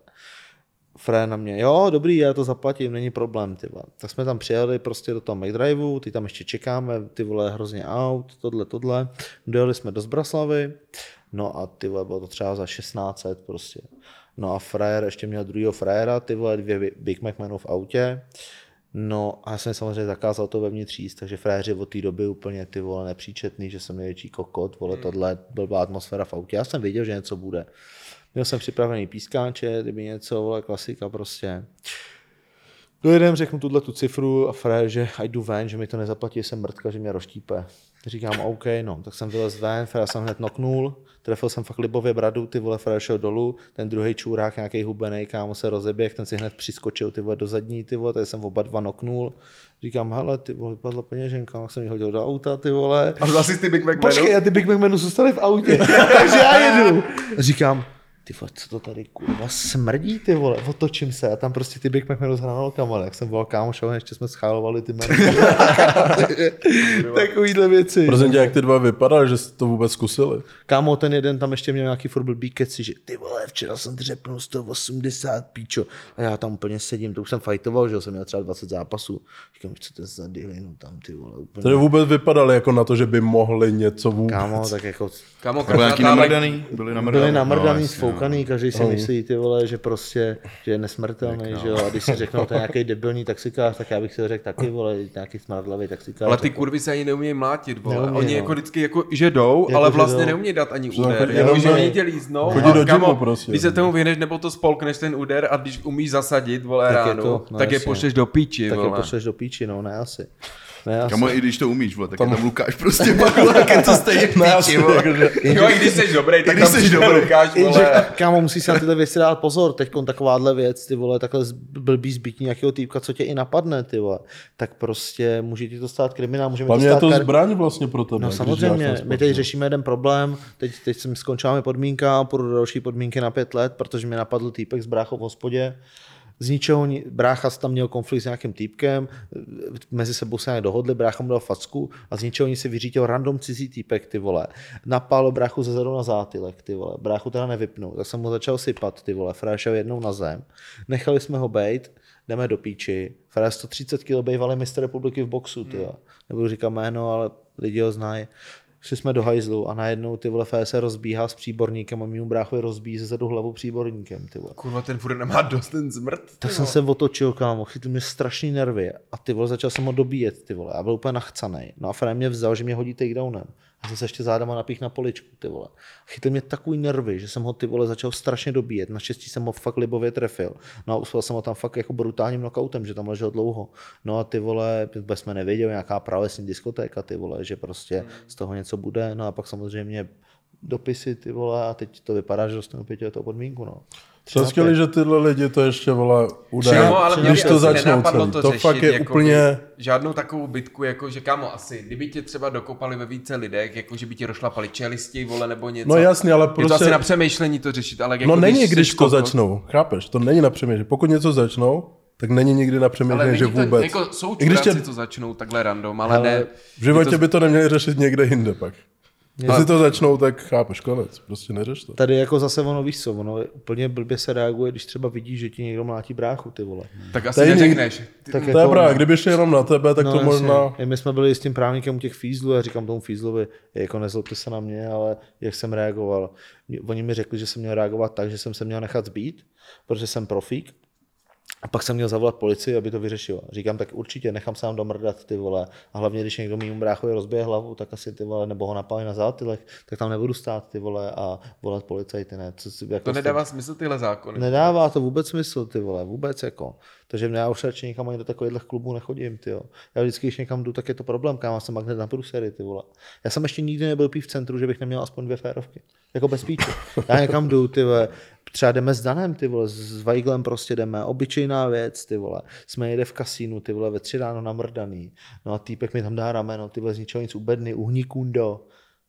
Fré na mě, jo, dobrý, já to zaplatím, není problém, ty vole. Tak jsme tam přijeli prostě do toho McDriveu, ty tam ještě čekáme, ty vole, hrozně aut, tohle, tohle. Dojeli jsme do Zbraslavy, no a ty vole, bylo to třeba za šestnáct set prostě. No a frajer ještě měl druhýho frajera, ty vole, dvě Big Mac menů v autě. No a já jsem samozřejmě zakázal to vevnitř jíst, takže frajeři od té doby úplně ty vole nepříčetný, že jsem největší kokot, vole, tohle blbá atmosféra v autě. Já jsem věděl, že něco bude. Měl jsem připravený pískáče, kdyby něco, vole, klasika prostě. Dojedem, řeknu tuhle tu cifru a frajer, že ať jdu ven, že mi to nezaplatí, jsem mrtka, že mě rozštípe. Říkám, OK, no, tak jsem vylez ven, frajer jsem hned noknul, trefil jsem fakt libově bradu, ty vole, frajer šel dolů, ten druhý čůrák, nějaký hubenej, kámo se rozeběh, ten si hned přiskočil, ty vole, do zadní, ty vole, tady jsem oba dva noknul. Říkám, hele, ty vole, vypadla peněženka, tak jsem ji hodil do auta, ty vole.
A vzal jsi ty Big Mac menu?
Počkej, a ty Big Mac menu zůstaly v autě, takže já jedu. Říkám, ty vole, co to tady kurva smrdí, ty vole, otočím se a tam prostě ty Big Mac menu s hranolkama, jak jsem volal kámošovi, ještě jsme schálovali ty menu. Takovýhle věci.
Prosím tě, jak ty dva vypadaly, že jste to vůbec zkusili?
Kámo, ten jeden tam ještě měl nějaký furt blbý keci, že ty vole, včera jsem dřepnul sto osmdesát, píčo. A já tam úplně sedím, to už jsem fajtoval, že jsem měl třeba dvacet zápasů. Říkám, co to je za dilinu tam, ty vole, úplně.
Tedy vůbec vypadaly jako na to, že by mohli něco vůbec.
Kámo, tak jako
Kámo,
Byli nějaký
každá
namrdaný? Byli namrdaný.
byli namrdaný,
No,
sfoukaný, každý si myslí, ty vole, že prostě, že je nesmrtelný, že jo, a když si řeknou, to je nějaký debilní taxikář, tak já bych si řekl taky, vole, nějaký smradlavý taxikář.
ale ty kurvy se ani neumějí mlátit, vole.
Neumějí,
Oni
no.
jako vždycky jako, že jdou,
Jako,
ale
že
vlastně
jdou.
neumějí dát ani
Že
úder.
chodí-
Jako, že
neumějí.
oni tě líznou.
Chodí
a
do
kámo,
gymu prostě.
Když se tomu vyhneš, nebo to spolkneš ten úder a když umíš zasadit, vole,
Tak je
ránu,
to, no
tak je
jasně.
pošleš do píči,
tak je
vole.
pošleš do píči, no, ne asi. Ne asi.
Kamo, i když to umíš, vole, tak je tam Lukáš prostě pak, jak je to stejně v píči, vole.
Jo, i když jsi dobrý, tak
když
tam
jsi
přijde
dobrý.
Lukáš,
Jenže,
vole.
kámo, musíš si na tyhle věci dát pozor, teď takováhle věc, ty vole, takhle z- blbý zbytí nějakého týpka, co tě i napadne, ty vole, tak prostě může ti to stát kriminál, může mi to
Hlavně je
stát
to
kar-
zbraň vlastně pro tebe.
No
když
samozřejmě,
děláš ten
my
sport,
teď
no.
řešíme jeden problém, teď, teď jsem skončila podmínka, půjdu do další podmínky na pět let, protože mi napadl týpek s bráchou v hospodě. Z ničeho, ni- brácha tam měl konflikt s nějakým týpkem, mezi sebou se nějak dohodli, brácha mu dal facku a z ničeho oni si vyřítil random cizí týpek, ty vole. Napálo bráchu ze zadu na zátylek, ty vole. Bráchu teda nevypnul, tak jsem mu začal sypat, ty vole. Frajer šel jednou na zem. Nechali jsme ho bejt, jdeme do píči. Frajer sto třicet kilogramů bývalý mistr republiky v boxu, ty vole. Nebudu říkat jméno, ale lidi ho znají. šli jsme do hajzlu a najednou ty vole Fé se rozbíhá s příborníkem a mému bráchovi rozbíjí ze zadu hlavu příborníkem, ty vole.
Kurva, ten furt nemá dost ten zmrt.
Tak jsem se otočil, kámo, chytl mě strašný nervy a ty vole, začal jsem ho dobíjet, ty vole, já byl úplně nachcanej. No a Fran mě vzal, že mě hodí takedownem. Já jsem se ještě zádama napích na poličku, ty vole. Chytl mě takový nervy, že jsem ho ty vole začal strašně dobíjet. Naštěstí jsem ho fakt libově trefil. No a uspěl jsem ho tam fakt jako brutálním knockoutem, že tam ležel dlouho. No a ty vole, vůbec jsme nevěděli, nějaká pravesní diskotéka, ty vole, že prostě z toho něco bude. No a pak samozřejmě dopisy, ty vole, a teď to vypadá, že dostanu pětiletou podmínku, no.
Jsem skvělý, že tyhle lidi to ještě, vole, udají,
ale
když to začnou
celý.
To,
to
fakt je
jako
úplně...
Žádnou takovou bitku, jako že kámo, asi, kdyby tě třeba dokopali ve více lidech, jako že by ti rošlapali čelisti, vole, nebo něco.
No jasně, ale prostě...
Je to asi na přemýšlení to řešit, ale jako
No není,
když,
když to
koko...
začnou, chápeš? To není na přemýšlení. Pokud něco začnou, tak není nikdy na přemýšlení, že
to,
vůbec.
Jako jsou
I když
čuráci,
tě...
co začnou takhle random, ale,
ale
ne...
V životě
to...
by to neměli řešit někde jinde pak. Jestli to začnou, tak chápeš, konec, prostě neřeš to.
Tady jako zase ono, víš co, ono úplně blbě se reaguje, když třeba vidíš, že ti někdo mlátí bráchu, ty vole.
Tak asi
Tady
neřekneš. Ty...
Tak
To je právě, kdyby šli jenom na tebe, tak
no,
to možná...
Jasně. My jsme byli s tím právníkem u těch fízlů, já říkám tomu fízlovi, jako nezlobte se na mě, ale jak jsem reagoval. Oni mi řekli, že jsem měl reagovat tak, že jsem se měl nechat zbít, protože jsem profík. A pak jsem měl zavolat policii, aby to vyřešila. Říkám, tak určitě nechám se vám domrdat, ty vole. A hlavně, když někdo mému bráchovi rozbije hlavu, tak asi ty vole, nebo ho napálí na zátylech, tak tam nebudu stát, ty vole, a volat policajty, ne. Co si, jako
To nedává smysl tyhle zákony.
Nedává to vůbec smysl, ty vole, vůbec jako. Takže já už radši někam ani do takových klubů nechodím, ty jo. Já vždycky, když někam jdu, tak je to problém, kámo, jsem magnet na průsery, ty vole. Já jsem ještě nikdy nebyl pí v centru, že bych neměl aspoň dvě férovky. Jako bez píče. Já někam jdu, ty vole. Třeba jdeme s Danem, ty vole, s Weiglem prostě jdeme, obyčejná věc, ty vole. Jsme jede v kasínu, ty vole, ve tři ráno namrdaný. No a týpek mi tam dá rameno, ty vole, z ničeho nic, u bedny, uhní kundo.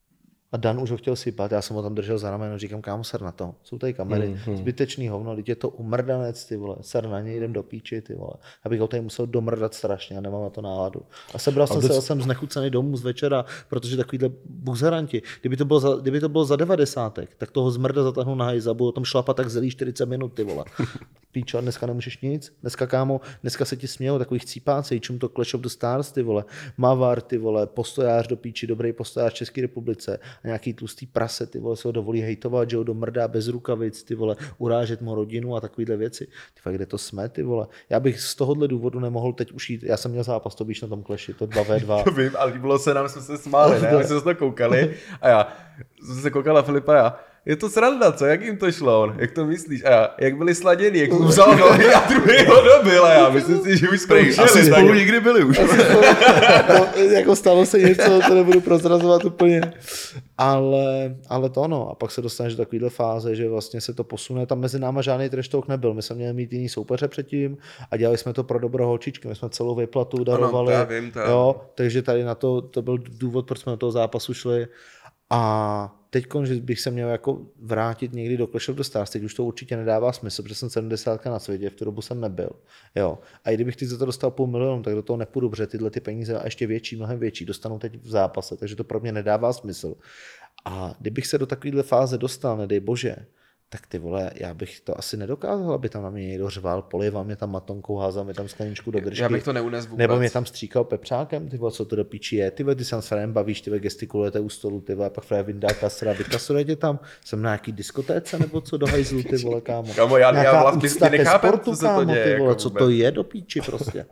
A Dan už ho chtěl sypat, já jsem ho tam držel za rameno, říkám, kámo, ser na to, jsou tady kamery, mm, mm. zbytečný hovno, teď je to umrdanec, ty vole, ser na něj, jdem do píči, ty vole, abych ho tady musel domrdat strašně, a nemám na to náladu. A sebral jsem se, jsem znechucený domů z večera, protože takovýhle buzeranti, kdyby to bylo za, kdyby to bylo za devadesátek, tak toho zmrda zatáhnu na hajza, budu o tom šlapat tak zelí čtyřicet minut, ty vole. Píčo, dneska nemůžeš nic, dneska kámo, dneska se ti smějou takový chcípáci, čím to Clash of the Stars, ty vole, Mavar, ty vole, postojář do píči, dobrý postojář České republice, a nějaký tlustý prase, ty vole, se ho dovolí hejtovat, že ho domrdá bez rukavic, ty vole, urážet mu rodinu a takovýhle věci. Ty fakt, kde to jsme, ty vole. Já bych z tohohle důvodu nemohl teď už jít, já jsem měl zápas, to víš na tom Clashi, to dva vé dva.
To vím, ale líbilo se nám, jsme se smáli, ne? My jsme se to koukali a já jsem se koukal na Filipa a já, je to sranda, co? Jak jim to šlo on? Jak to myslíš? A já, jak byli sladěni, jak mu vzal nohy a druhý ho dobil a já myslím si, že už zkoušeli.
Asi spolu nikdy byli už.
No, jako stalo se něco, to nebudu prozrazovat úplně. Ale, ale to ono. A pak se dostaneš do takovéhle fáze, že vlastně se to posune. Tam mezi náma žádný trash talk nebyl. My jsme měli mít jiný soupeře předtím a dělali jsme to pro dobro holčičky. My jsme celou výplatu darovali.
Ano, to já vím, to já.
Jo, takže tady na to, to byl důvod, proč jsme do toho zápasu šli. A teď, že bych se měl jako vrátit někdy do Clash of the Stars, teď už to určitě nedává smysl, protože jsem sedmdesátka na světě, v tu dobu jsem nebyl. Jo. A i kdybych teď za to dostal půl milionu, tak do toho nepůjdu, protože tyhle ty peníze a ještě větší, mnohem větší, dostanu teď v zápase, takže to pro mě nedává smysl. A kdybych se do takovéhle fáze dostal, nedej bože, tak ty vole, já bych to asi nedokázal, aby tam na mě někdo řval, polival mě tam matonkou, házal mě tam skleničku do držky.
Já bych to neunes vůbec.
Nebo mě tam stříkal pepřákem, ty vole, co to do píči je, ty vole, ty se s Frem bavíš, ty vole, gestikulujete u stolu, ty vole, pak Frem vyndá kasra, vykasuje tě tam, jsem na nějaký diskotéce, nebo co do hajzlu, ty vole, kámo.
Kámo, já,
Nějaká
já vlastně
úcta ke
nechápem,
sportu,
co se to
kámo,
děje.
ty vole,
Jako
co
vůbec.
to je do píči prostě.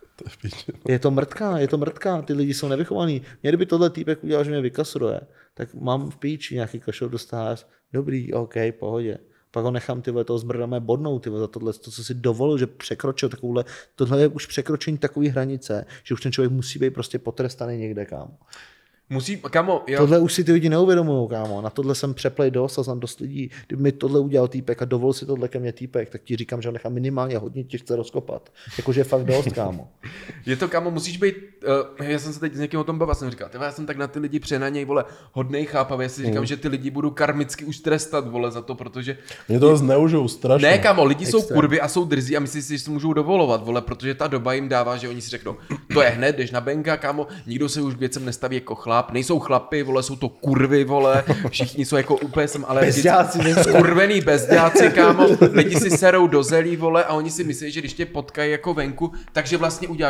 Je to mrtká, je to mrtká, ty lidi jsou nevychovaný. Mě kdyby tohle týpek udělal, že mě vykasruje, tak mám v píči nějaký Clash of the Stars, dobrý, OK, pohodě. Pak ho nechám, ty vole, toho zmrdáme bodnou, ty vole, za tohle, to, co si dovolil, že překročil takovouhle, tohle je už překročení takové hranice, že už ten člověk musí být prostě potrestaný někde, kámo.
Musí, kámo, jo.
Tohle už si ty lidi neuvědomují, kámo. Na tohle jsem přeplej dost a znám dost lidí. Kdyby mi tohle udělal týpek a dovolil si tohle ke mně týpek, tak ti říkám, že ho nechám minimálně hodně těžce rozkopat. Jakože fakt dost, kámo.
Je to, kámo, musíš být, uh, já jsem se teď s někým o tom bavil, jsem říkal, tyhle, já jsem tak na ty lidi přenaněj, vole, hodnej chápavý, já si říkám, mm. že ty lidi budu karmicky už trestat, vole, za to, protože...
Mě to zneužijou strašně.
Ne, kámo, lidi
Extra.
jsou kurvy a jsou drzí a myslí si, že si můžou dovolovat, vole, protože ta doba jim dává, že oni si řeknou, to je hned, jdeš na benga, kámo, nikdo se už k věcem nestaví jako chlap, nejsou chlapy, vole, jsou to kurvy, vole, všichni jsou jako úplně jsem, ale
Bezděláci,
kurvený bezděláci, kámo, lidi si serou do zelí, vole, a oni si myslí, že když tě potkají jako venku, takže vlastně uděláš,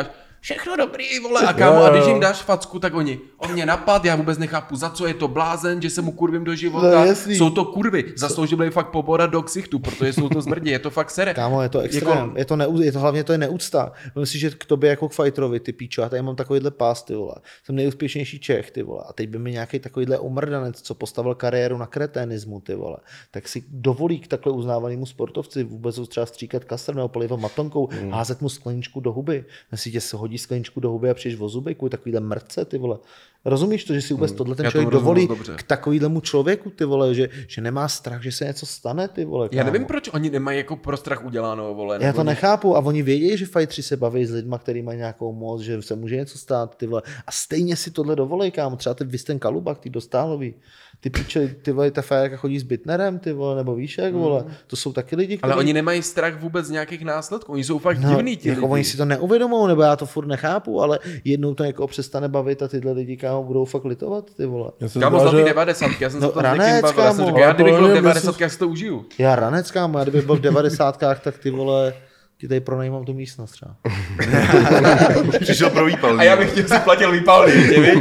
všechno dobrý, vole, a kámo, a když jim dáš facku, tak oni, on mě napad, já vůbec nechápu, za co je to blázen, že se mu kurvím do života,
no, jsou
to kurvy, zasloužili fakt poborat do ksichtu, protože jsou to zmrdě, je to fakt sere.
Kámo, je to extrém, jako... je, to neú, je to hlavně to je neúcta. Myslím si, že k tobě jako k fighterovi, ty píčo, já tady mám takovýhle pás, ty vole, jsem nejúspěšnější Čech, ty vole, a teď by mi nějaký takovýhle umrdanec, co postavil kariéru na kreténismu, ty vole, tak si dovolí k takhle uznávanému sportovci vůbec třeba stříkat kastr nebo polivat matonkou, hmm. házet mu skleničku do huby. Myslíš, že se hodí skleničku do huby a přijdeš o zuby, kvůli takovýhle mrtce, ty vole. Rozumíš to, že si vůbec hmm. tohle ten člověk dovolí k takovýhlemu člověku, ty vole, že, že nemá strach, že se něco stane, ty vole. Kámo.
Já nevím, proč oni nemají jako pro strach uděláno, vole.
Já to
oni...
nechápu a oni vědí, že fightři se baví s lidma, kteří mají nějakou moc, že se může něco stát, ty vole. A stejně si tohle dovolej, kámo. Třeba ty Visten Kalubak, ty Dostálový. Ty píče, ty vole, ta fajerka chodí s Bitnerem, ty vole, nebo víš jak, vole. To jsou taky lidi, kteří...
Ale oni nemají strach vůbec z nějakých následků, oni jsou fakt
no,
divný ti
jako
lidi.
Oni si to neuvědomují, nebo já to furt nechápu, ale jednou to jako přestane bavit a tyhle lidi, kámo, budou fakt litovat, ty vole.
Kámo, zlatý že... devadesátky, já jsem
no,
se to
ranec,
s někým bavil, já jsem říkal, já kdybych byl v devadesátkách, si to užiju.
Já ranec, kámo, já kdybych byl v devadesátkách, tak ty vole... ti tady pronajímám tu místnost třeba.
Přišel pro výpalný.
A já bych chtěl si platil výpalný,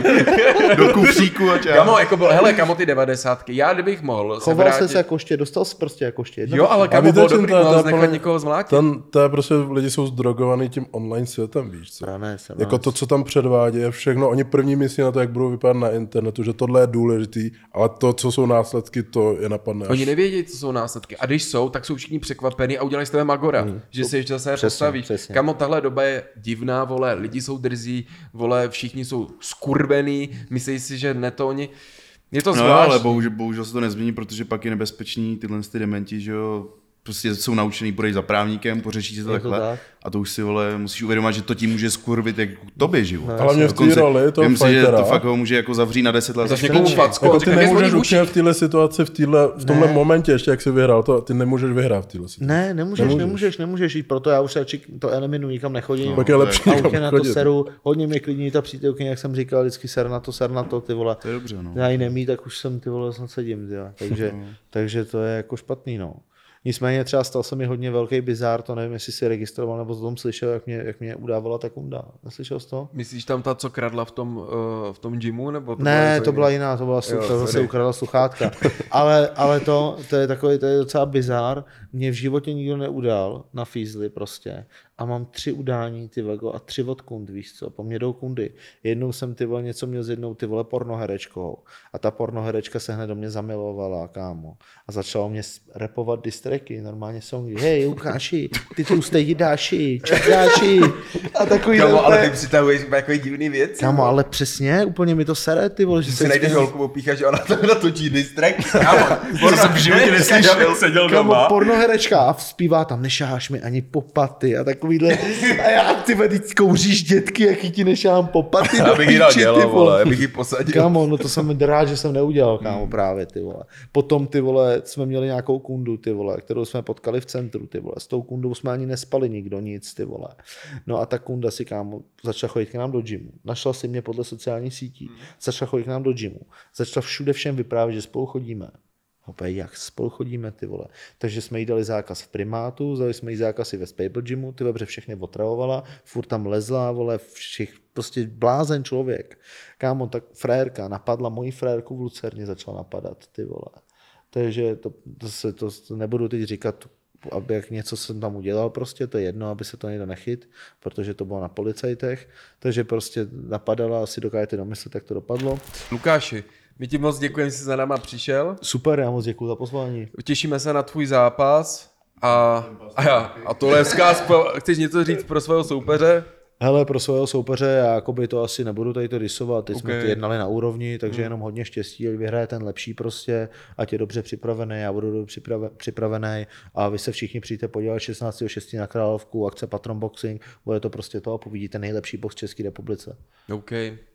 do kufříku a čau.
Kamo, jako byl, hele, kamo ty devadesátky, já kdybych mohl
Choval se vrátit... se jako ště, dostal jsi prostě jako ště.
Jo, ale kamo, bylo dobrý, mohl nechat někoho zmlátit.
Ten, to je prostě, lidi jsou zdrogovaný tím online světem, víš co.
Prané,
jako to, co tam předvádí, je všechno, oni první myslí na to, jak budou vypadat na internetu, že tohle je důležitý, ale to, co jsou následky, to je napadne.
Oni nevědí, co jsou následky. A když jsou, tak jsou všichni překvapení a udělají z tebe magora, hmm. že si ještě zase postavíš. Přesně. Kamo, tahle doba je divná, vole, lidi jsou drzí, vole, všichni jsou skurvený, myslí si, že ne to oni... Je to zvláštní.
No ale bohužel, bohužel se to nezmění, protože pak je nebezpečný tyhle ty dementi, že jo, prostě jsou naučený, půjdeš za právníkem, pořešíš si to takhle tak. A to už si, vole, musíš uvědomit, že to ti může skurvit jak tobě život.
No, ale mě v té roli toho
fightera. Myslím, že to fakt ho může jako zavřít na deset let.
Zaš někomu facku.
Jako ty nemůžeš učit v téhle situaci, v, týhle, v tomhle ne. momentě, ještě jak jsi vyhrál, to, ty nemůžeš vyhrát v téhle situaci.
Ne, nemůžeš, nemůžeš, nemůžeš, nemůžeš jít, proto já už radši to eliminuji, nikam nechodím.
No, pak je lepší
autě na to seru, hodně mě klidní ta přítelkyně, jak jsem říkal, vždycky ser na to, ser na to, ty vole.
To je dobře, no.
Já ji nemí, tak už jsem ty vole, jsem sedím, ty, takže, takže to je jako špatný, no. Nicméně třeba stal se mi hodně velký bizár, to nevím, jestli si registroval nebo to tom slyšel, jak mě, jak mě udávala ta kunda. Neslyšel jsi to?
Myslíš tam ta, co kradla v tom, uh, v tom gymu? Nebo to
ne, to byla jiná, to byla jo, to zase ukradla sluchátka. ale ale to, to, je takový, to je docela bizár. Mě v životě nikdo neudal na fízli prostě. A mám tři udání, ty vego, a tři od kund, víš co, po mně jdou kundy. Jednou jsem ty vole něco měl s jednou ty vole pornoherečkou a ta pornoherečka se hned do mě zamilovala, kámo. A začala mě rapovat distracky, normálně songy. Hej, Lukáši, ty tlustej jidáši, čudáši. A takový...
Kámo, ale ty přitahuješ takový divný věc.
Kámo, ale přesně, úplně mi to sere, ty vole, že,
že
se...
si najdeš holku, opícháš, že ona to natočí distrack. Kámo, to jsem v životě neslyšel. Seděl
kámo, pornoherečka a zpívá tam, nešáháš mi ani po paty a takovýhle. A já, ty vole, teď kouříš dětky, jaký ti nešáhám po paty.
Já bych jí dal dělo, vole, já bych jí posadil.
Kámo, no to jsem rád, že jsem neudělal, kámo, právě, ty vole. Potom, ty vole, jsme měli nějakou kundu, ty vole, kterou jsme potkali v centru, ty vole. S tou kundou jsme ani nespali nikdo, nic, ty vole. No a ta kunda si, kámo, začala chodit k nám do gymu. Našla si mě podle sociálních sítí. Začala chodit k nám do gymu. Začala všude všem vyprávět, že spolu chodíme. Opět, jak spolu chodíme, ty vole. Takže jsme jí dali zákaz v primátu, vzali jsme jí zákaz i ve Spable Gymu, ty vole, všechny otravovala, furt tam lezla, vole, všich, prostě blázen člověk. Kámo, tak frérka napadla moji frérku v Lucerně, začala napadat, ty vole. Takže to, to, se, to, to nebudu teď říkat, aby jak něco jsem tam udělal, prostě to je jedno, aby se to někdo nechyt, protože to bylo na policajtech, takže prostě napadala, asi dokážete domyslet, jak to dopadlo.
Lukáši, my ti moc děkujeme, že jsi za náma přišel.
Super, já moc děkuju za pozvání.
Těšíme se na tvůj zápas a, a, já, a tohle je vzkaz, chceš něco říct pro svého soupeře?
Hele, pro svého soupeře, já jakoby to asi nebudu tady to disovat, teď okay. jsme to jednali na úrovni, takže hmm. jenom hodně štěstí, ať vyhraje ten lepší prostě, ať je dobře připravený, já budu dobře připravený a vy se všichni přijďte podívat šestnáctého šestého na Královku, akce Patron Boxing, bude to prostě to a povidíte nejlepší box v České republice.
OK.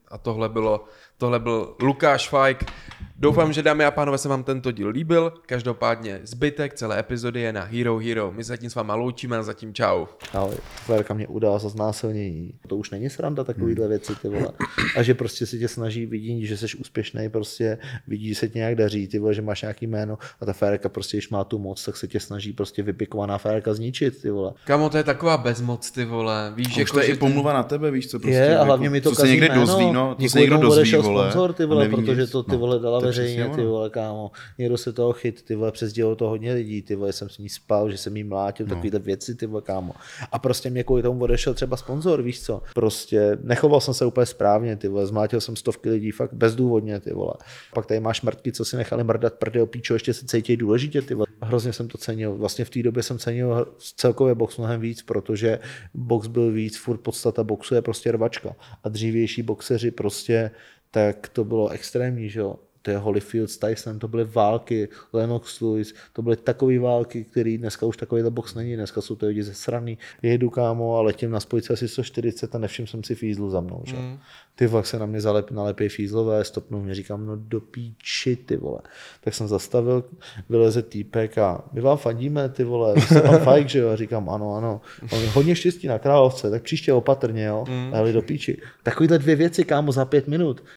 A tohle bylo, tohle byl Lukáš Fajk. Doufám, že dámy a pánové se vám tento díl líbil. Každopádně zbytek celé epizody je na Hero Hero. My se zatím s váma loučíme a zatím čau.
Ale Férka mě udala za znásilnění. To už není sranda takovýhle věci, ty vole. A že prostě si tě snaží, vidí, že jsi úspěšný, prostě vidí, že se ti nějak daří, ty vole, že máš nějaký jméno a ta Férka prostě, když má tu moc, tak se tě snaží prostě vypikovaná Férka zničit, ty vole.
Kamo, to je taková bezmoc, ty vole. Víš,
A už to je i pomluva na tebe, víš co, prostě.
Je, a hlavně mi to
co se někde dozví, no, to se někdo dozví, vole.
Sponsor, ty vole, protože
nic.
to ty
No,
vole dala
to je
veřejně,
přesně
ty
ono.
vole, kámo. Někdo se toho chyt, ty vole, přesdělilo to hodně lidí, ty vole, jsem s ní spal, že jsem jí mlátil,
No.
takovýhle věci, ty vole, kámo. A prostě mě kvůli tomu odešel třeba sponzor, víš co. Prostě nechoval jsem se úplně správně, ty vole, zmlátil jsem stovky lidí fakt bezdůvodně, ty vole. Pak tady máš mrtky, co si nechali mrdat prdel píčo, ještě se cítí důležitě, ty vole. Hrozně jsem to cenil. Vlastně v té době jsem cenil celkově box mnohem víc, protože box byl víc, furt podstata boxu je prostě rvačka. A dřívější boxeři prostě, tak to bylo extrémní, že jo. To je Holyfield s Tyson, to byly války, Lennox Lewis, to byly takové války, které dneska už takovýhle box není, dneska jsou to lidi ze sraný. Jedu, kámo, a letím na spojici asi sto čtyřicet a nevšiml jsem si fízlu za mnou, že? Mm. Ty vole, se na mě zalep, nalepí fízlové, stopnou mě, říkám, no do píči, ty vole. Tak jsem zastavil, vyleze týpek a my vám fandíme, ty vole, vy jste pan Fajk, že jo? A říkám, ano, ano. On hodně štěstí na Královce, tak příště opatrně, jo? Mm. Ale do píči. Takovýhle dvě věci, kámo, za pět minut.